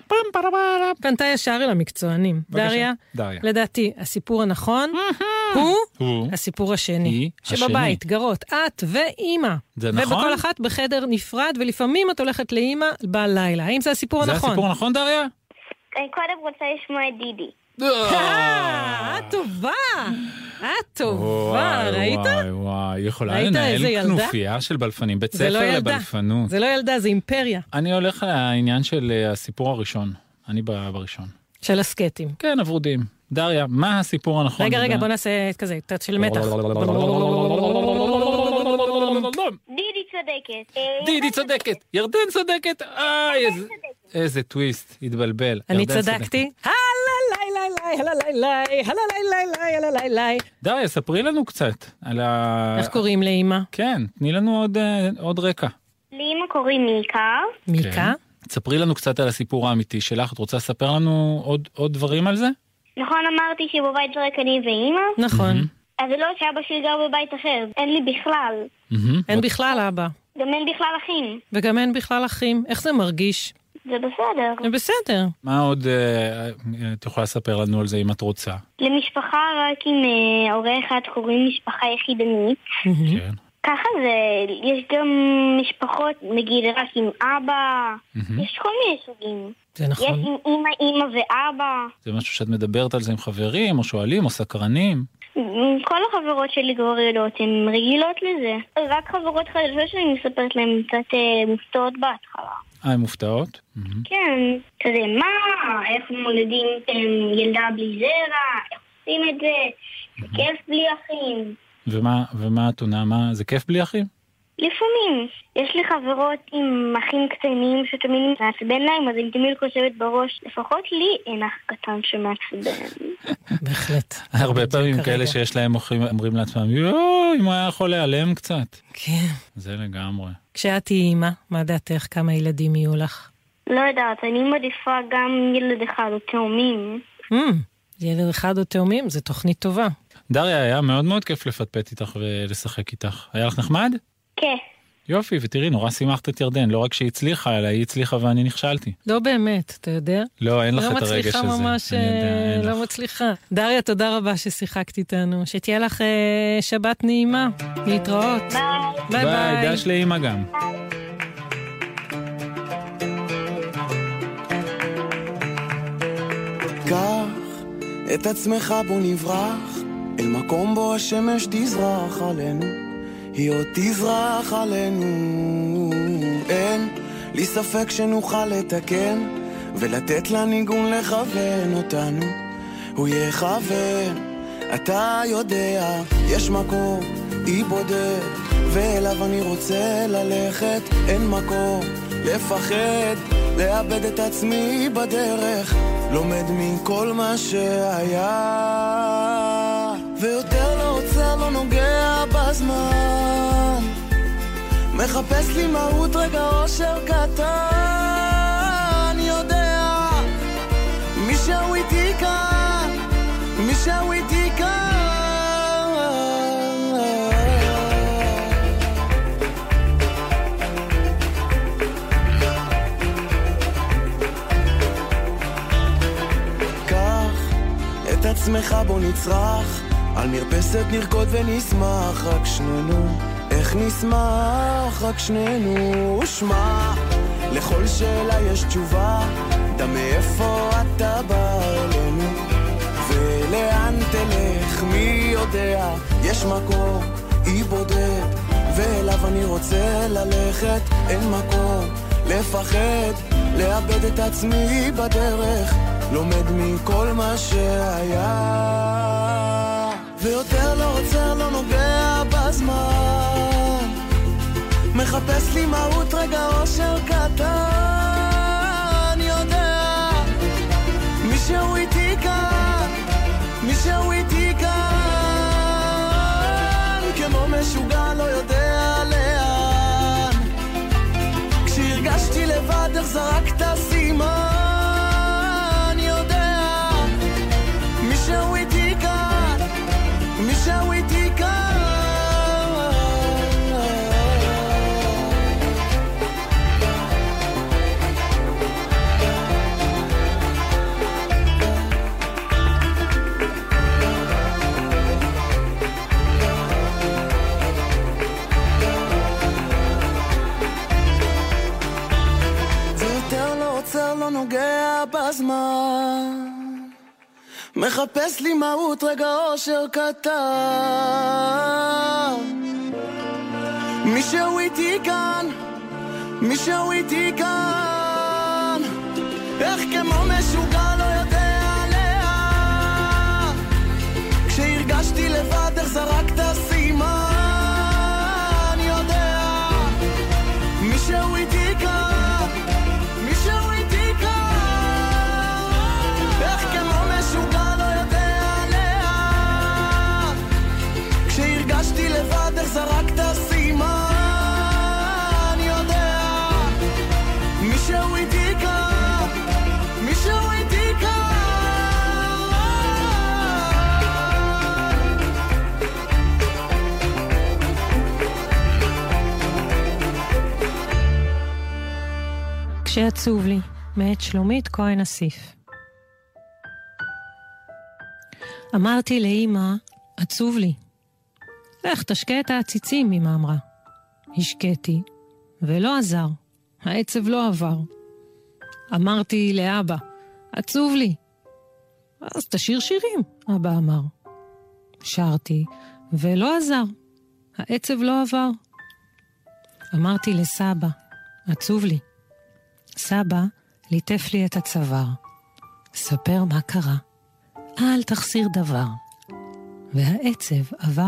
פנתה ישר אל המקצוענים. דריה, לדעתי, הסיפור הנכון הוא הסיפור השני. שבבית גרות את ואימא. זה נכון? ובכל אחת בחדר נפרד, ולפעמים את הולכת לאימא בלילה. האם זה הסיפור הנכון? זה הסיפור הנכון, דריה? אני קודם רוצה לשמוע את דידי. טובה, ראית? וואי, יכולה לנהל כנופיה של בלפנים, בית ספר לבלפנות. זה לא ילדה, זה אימפריה. אני הולך לעניין של הסיפור הראשון, אני בראשון. של הסקטים. כן, עברודים. דריה, מה הסיפור הנכון? רגע, בוא נעשה כזה, קצת של מתח. דידי צודקת. ירדן צודקת. איזה טוויסט, התבלבל. אני צדקתי. דריה, ספרי לנו קצת על איך קוראים לאמא? כן, תני לנו עוד רקע. לאמא קוראים מיקה. מיקה? ספרי לנו קצת על הסיפור האמיתי שלך. את רוצה לספר לנו עוד דברים על זה? נכון, אמרתי שבבית זה רק אני ואמא? נכון. אז זה לא שאבא שלי גר בבית אחר. אין לי בכלל. אין בכלל אבא. גם אין בכלל אחים. וגם אין בכלל אחים. איך זה מרגיש? זה בסדר. זה בסדר. מה עוד את יכולה לספר לנו על זה אם את רוצה? למשפחה רק עם הורה אחד קוראים משפחה יחידנית. כן. ככה זה, יש גם משפחות, נגיד רק עם אבא, יש כל מיני סוגים. זה נכון. יש עם אמא ואבא. זה משהו שאת מדברת על זה עם חברים, או שואלים, או סקרנים? כל החברות שלי כבר יודעות, הן רגילות לזה. רק חברות חדשות שאני מספרת להן קצת מופתעות בהתחלה. הן מופתעות? כן, כזה, מה? איך מולדים ילדה בלי זרע? איך עושים את זה? זה כיף בלי אחים. ומה את עונה? זה כיף בלי אחים? לפעמים. יש לי חברות עם אחים קטנים שתמיד מעצבן להם, אז אני תמיד חושבת בראש, לפחות לי אין אח קטן שמעצבן. בהחלט. הרבה פעמים כאלה שיש להם אומרים לעצמם, יואי, אם הוא היה יכול להיעלם קצת. כן. זה לגמרי. כשאת היא אימא, מה דעתך? כמה ילדים יהיו לך? לא יודעת, אני מעדיפה גם ילד אחד או תאומים. ילד אחד או תאומים, זו תוכנית טובה. דריה, היה מאוד מאוד כיף לפטפט איתך ולשחק איתך. היה לך נחמד? כן. יופי, ותראי, נורא שימחת את ירדן. לא רק שהיא הצליחה, אלא היא הצליחה ואני נכשלתי. לא באמת, אתה יודע? לא, אין לך את הרגש הזה. לא מצליחה ממש, לא מצליחה. דריה, תודה רבה ששיחקת איתנו. שתהיה לך שבת נעימה. להתראות. ביי. ביי, דש לאמא גם. קח את עצמך בוא נברח אל מקום בו השמש תזרח עלינו, היא עוד תזרח עלינו. אין לי ספק שנוכל לתקן ולתת לניגון לכוון אותנו, הוא יכוון. אתה יודע יש מקום אי בודד ואליו אני רוצה ללכת, אין מקום לפחד לאבד את עצמי בדרך, לומד מכל מה שהיה ויותר לא עוצר, לא נוגע בזמן, מחפש לי מהות רגע אושר קטן, יודע מישהו איתי כאן, מישהו איתי כאן. את עצמך בוא נצרח על מרפסת נרקוד ונשמח רק שנינו, איך נשמח רק שנינו. ושמע, לכל שאלה יש תשובה, דה מאיפה אתה בא אלינו ולאן תלך מי יודע, יש מקום אי בודד ואליו אני רוצה ללכת, אין מקום לפחד לאבד את עצמי בדרך, לומד מכל מה שהיה ויותר לא עוצר, לא נוגע בזמן, מחפש לי מהות רגע אושר קטן, יודע מישהו איתי כאן, מישהו איתי כאן, כמו משוגע לא יודע לאן, כשהרגשתי לבד איך זרקת סימן, מישהו איתי כאן, מישהו איתי כאן. לא נוגע בזמן, מחפש לי מהות רגע אושר קטן. מישהו איתי כאן, מישהו איתי כאן, איך כמו משוגע לא יודע לאן. כשהרגשתי לבד איך זרקת סימן, יודע מישהו איתי כאן, מישהו איתי כאן, איך כמו משוגע לא יודע לאן. כשהרגשתי לבד איך זרקת סימן, יודע מישהו איתי כאן, מישהו איתי כאן. כשעצוב לי, מאת שלומית כהן אסיף. אמרתי לאמא, עצוב לי. לך תשקה את העציצים, אמא אמרה. השקעתי, ולא עזר. העצב לא עבר. אמרתי לאבא, עצוב לי. אז תשיר שירים, אבא אמר. שרתי, ולא עזר. העצב לא עבר. אמרתי לסבא, עצוב לי. סבא ליטף לי את הצוואר. ספר מה קרה. אל תחסיר דבר. והעצב עבר.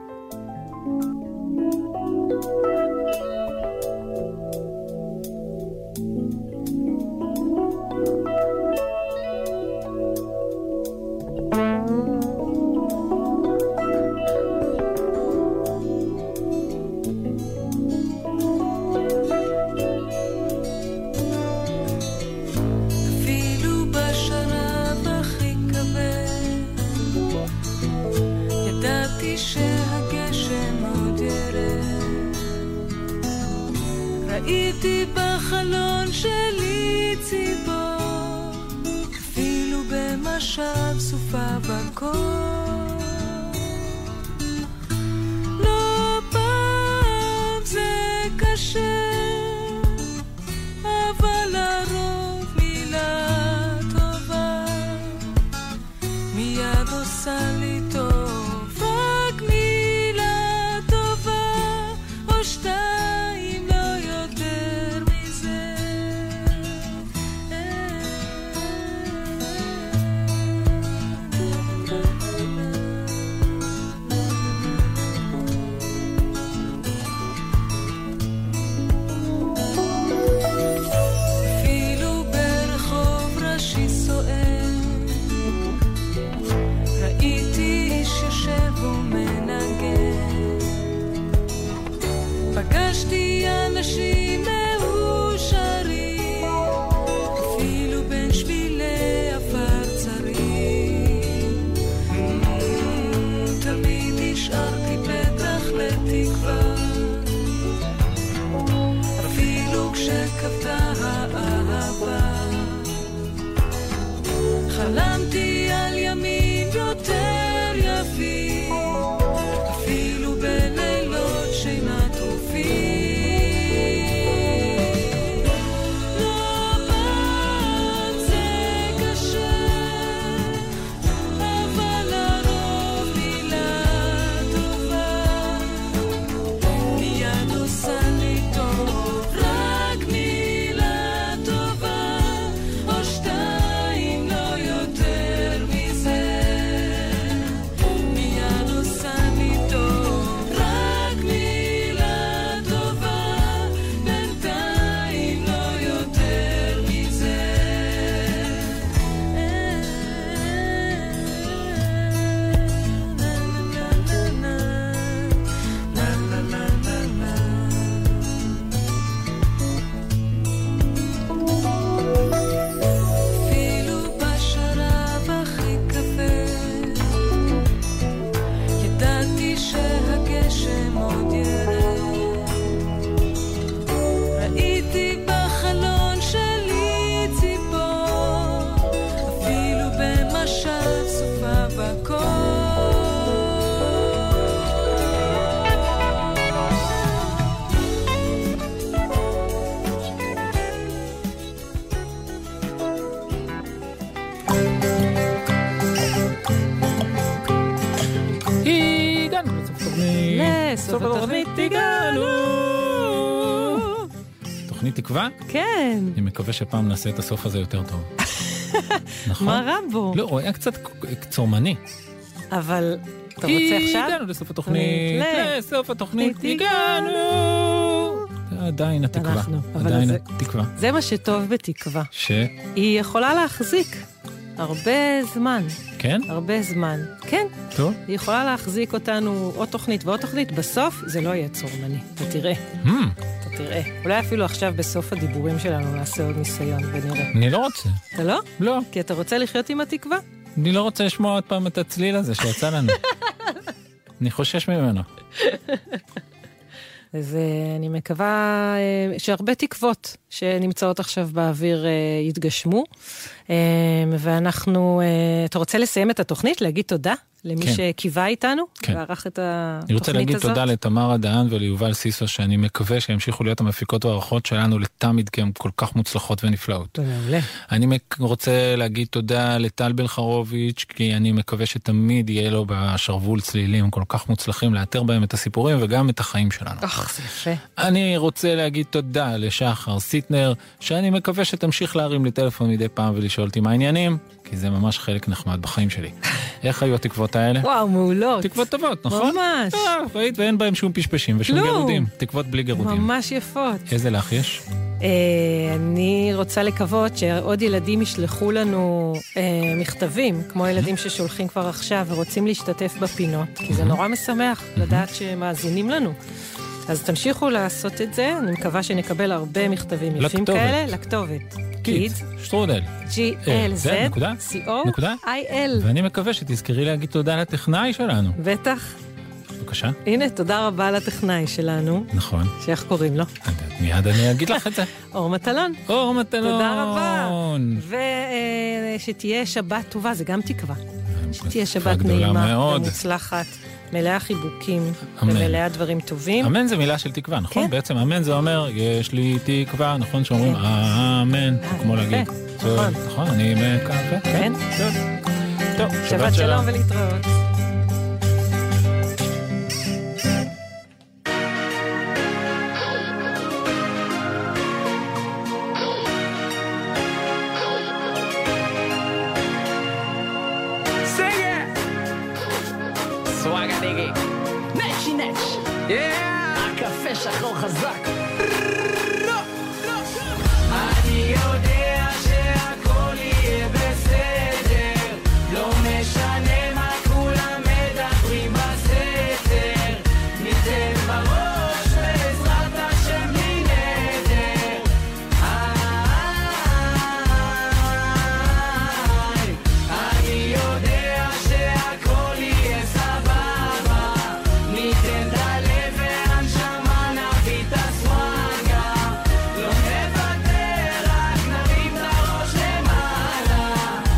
ראיתי בחלון שלי ציפור, אפילו במשב סופה בקור. לא פעם זה קשה, אבל לרוב מילה טובה מיד עושה לי טוב. רק מילה טובה או שתיים, לא יותר מזה. בסוף התוכנית הגענו. תוכנית תקווה? כן. אני מקווה שפעם נעשה את הסוף הזה יותר טוב. נכון? מה רע בו? לא, הוא היה קצת צורמני. אבל אתה רוצה עכשיו? הגענו לסוף התוכנית. לסוף התוכנית הגענו. עדיין התקווה. עדיין התקווה. זה מה שטוב בתקווה. היא יכולה להחזיק הרבה זמן. כן? הרבה זמן. כן. טוב. היא יכולה להחזיק אותנו עוד תוכנית ועוד תוכנית. בסוף זה לא יהיה צורמני. אתה תראה. אתה תראה. אולי אפילו עכשיו בסוף הדיבורים שלנו נעשה עוד ניסיון ונראה. אני לא רוצה. אתה לא? לא. כי אתה רוצה לחיות עם התקווה? אני לא רוצה לשמוע עוד פעם את הצליל הזה שיצא לנו. אני חושש ממנו. אז אני מקווה שהרבה תקוות שנמצאות עכשיו באוויר יתגשמו. ואנחנו, אתה רוצה לסיים את התוכנית? להגיד תודה למי שקיווה איתנו? כן. וערך את התוכנית הזאת? אני רוצה להגיד תודה לתמר הדהן וליובל סיסו, שאני מקווה שימשיכו להיות המפיקות והערכות שלנו לתמיד, כי הן כל כך מוצלחות ונפלאות. מעולה. אני רוצה להגיד תודה לטל בלחרוביץ', כי אני מקווה שתמיד יהיה לו בשרוול צלילים כל כך מוצלחים, לאתר בהם את הסיפורים וגם את החיים שלנו. זה יפה. אני רוצה להגיד תודה לשחר סיטנר, שאני מקווה שתמשיך להרים לי טלפון מדי פעם ולשאול אותי מה העניינים, כי זה ממש חלק נחמד בחיים שלי. איך היו התקוות האלה? וואו, מעולות. תקוות טובות, נכון? ממש. ראית, ואין בהם שום פשפשים ושום גרודים. תקוות בלי גרודים. ממש יפות. איזה לך יש? אני רוצה לקוות שעוד ילדים ישלחו לנו מכתבים, כמו ילדים ששולחים כבר עכשיו ורוצים להשתתף בפינות, כי זה נורא משמח לדעת שמאזינים לנו. אז תמשיכו לעשות את זה, אני מקווה שנקבל הרבה מכתבים יפים כאלה, לכתובת. קידס, שטרודל. GLZ.co.il. ואני מקווה שתזכרי להגיד תודה לטכנאי שלנו. בטח. בבקשה. הנה, תודה רבה לטכנאי שלנו. נכון. שאיך קוראים לו? מיד אני אגיד לך את זה. אור מטלון. אור מטלון. תודה רבה. ושתהיה שבת טובה, זה גם תקווה. שתהיה שבת נעימה ומוצלחת. מלאה חיבוקים ומלאה דברים טובים. אמן זה מילה של תקווה, נכון? בעצם אמן זה אומר, יש לי תקווה, נכון? שאומרים, אמן, כמו להגיד. נכון, אני מקווה. כן. טוב, שבת שלום ולהתראות. הקפה שחור חזק. אני יודע שהכל יהיה בסדר, לא משנה מה כולם מדברים בסתר, ניתן בראש בעזרת השם בלי נדר. אני יודע שהכל יהיה סבבה, ניתן את הלב והנשמה, נביא את הסוואגה, לא נוותר, רק נרים את הראש למעלה.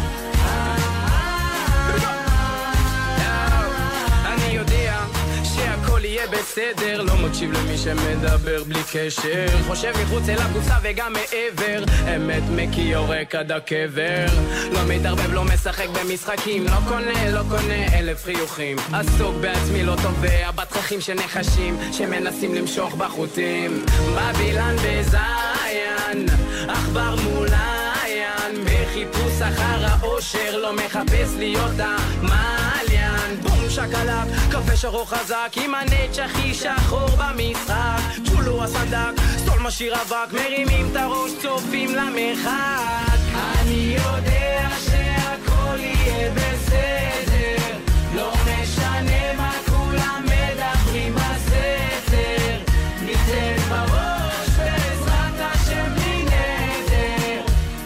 אני יודע שהכל יהיה בסדר, לא מקשיב למי שמדבר בלי קשר, חושב מחוץ אל הקופסה וגם מעבר, אמת מקי יורק עד הקבר, לא מתערבב, לא משחק במשחקים, לא קונה 1000 חיוכים, עסוק בעצמי, לא תובע בתככים של נחשים שמנסים למשוך בחוטים, בבילן בזיין, עכבר מול עין, בחיפוש אחר האושר, לא מחפש להיות המעליין, בום שקלק, קפה שחור חזק, עם הנץ' הכי שחור במשחק, צ'ולו הסנדק, סול משאיר אבק, מרימים את הראש, צופים למרחק. אני יודע שהכל יהיה בסדר, לא משנה מה כולם מדברים בסתר, ניתן בראש בעזרת השם בלי נדר.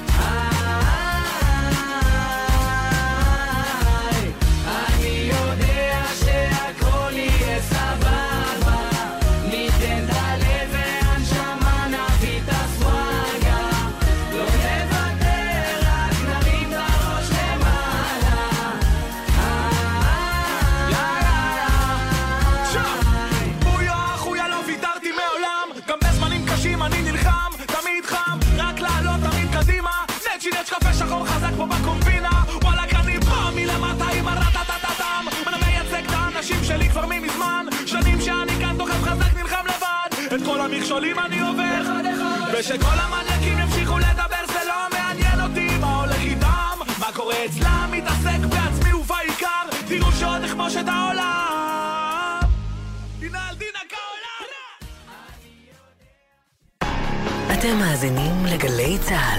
אני יודע שהכל יהיה סבבה, ניתן את הלב והנשמה, נביא את הסוואגה, לא נוותר, רק נרים את הראש למעלה. במכשולים אני עובר ושכל המניאקים ימשיכו לדבר זה לא מעניין אותי מה הולך איתם מה קורה אצלם מתעסק בעצמי ובעיקר תראו שעוד נכבוש את העולם דינה על דינה כעולם אתם מאזינים לגלי צהל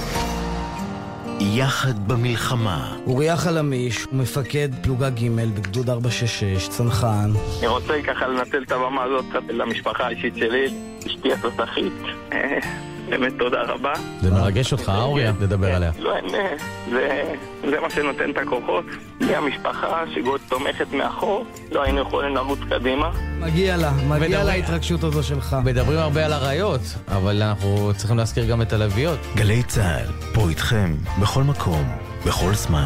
יחד במלחמה. אוריה חלמיש, הוא מפקד פלוגה ג' בגדוד 466, צנחן. אני רוצה ככה לנצל את הבמה הזאת קצת למשפחה האישית שלי, אשתי התותחית. באמת תודה רבה. זה מרגש אותך, אוריה, לדבר עליה. לא, זה מה שנותן את הכוחות. היא המשפחה שגוד תומכת מאחור, לא היינו יכולים לרוץ קדימה. מגיע לה ההתרגשות הזו שלך. מדברים הרבה על הרעיות, אבל אנחנו צריכים להזכיר גם את הלוויות. גלי צהל, פה איתכם, בכל מקום, בכל זמן.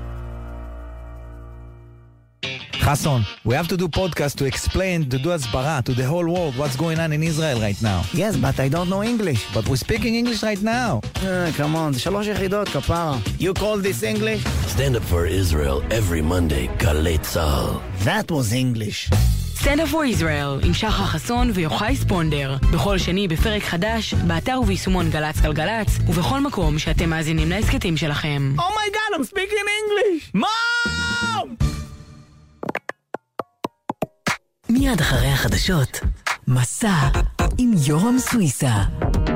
Hassan, we have to do podcast to explain, to do asbara to the whole world what's going on in Israel right now. Yes, but I don't know English. But we're speaking English right now. Come on, זה 3 יחידות, כפרה. You call this English? Stand up for Israel every Monday, גלי צהל. That was English. Stand up for Israel עם שחר חסון ויוחאי ספונדר. בכל שני בפרק חדש, באתר וביישומון גלץ גלגלץ, ובכל מקום שאתם מאזינים להסכתים שלכם. Oh my God, I'm speaking English! Mom! מיד אחרי החדשות, מסע עם יורם סוויסה.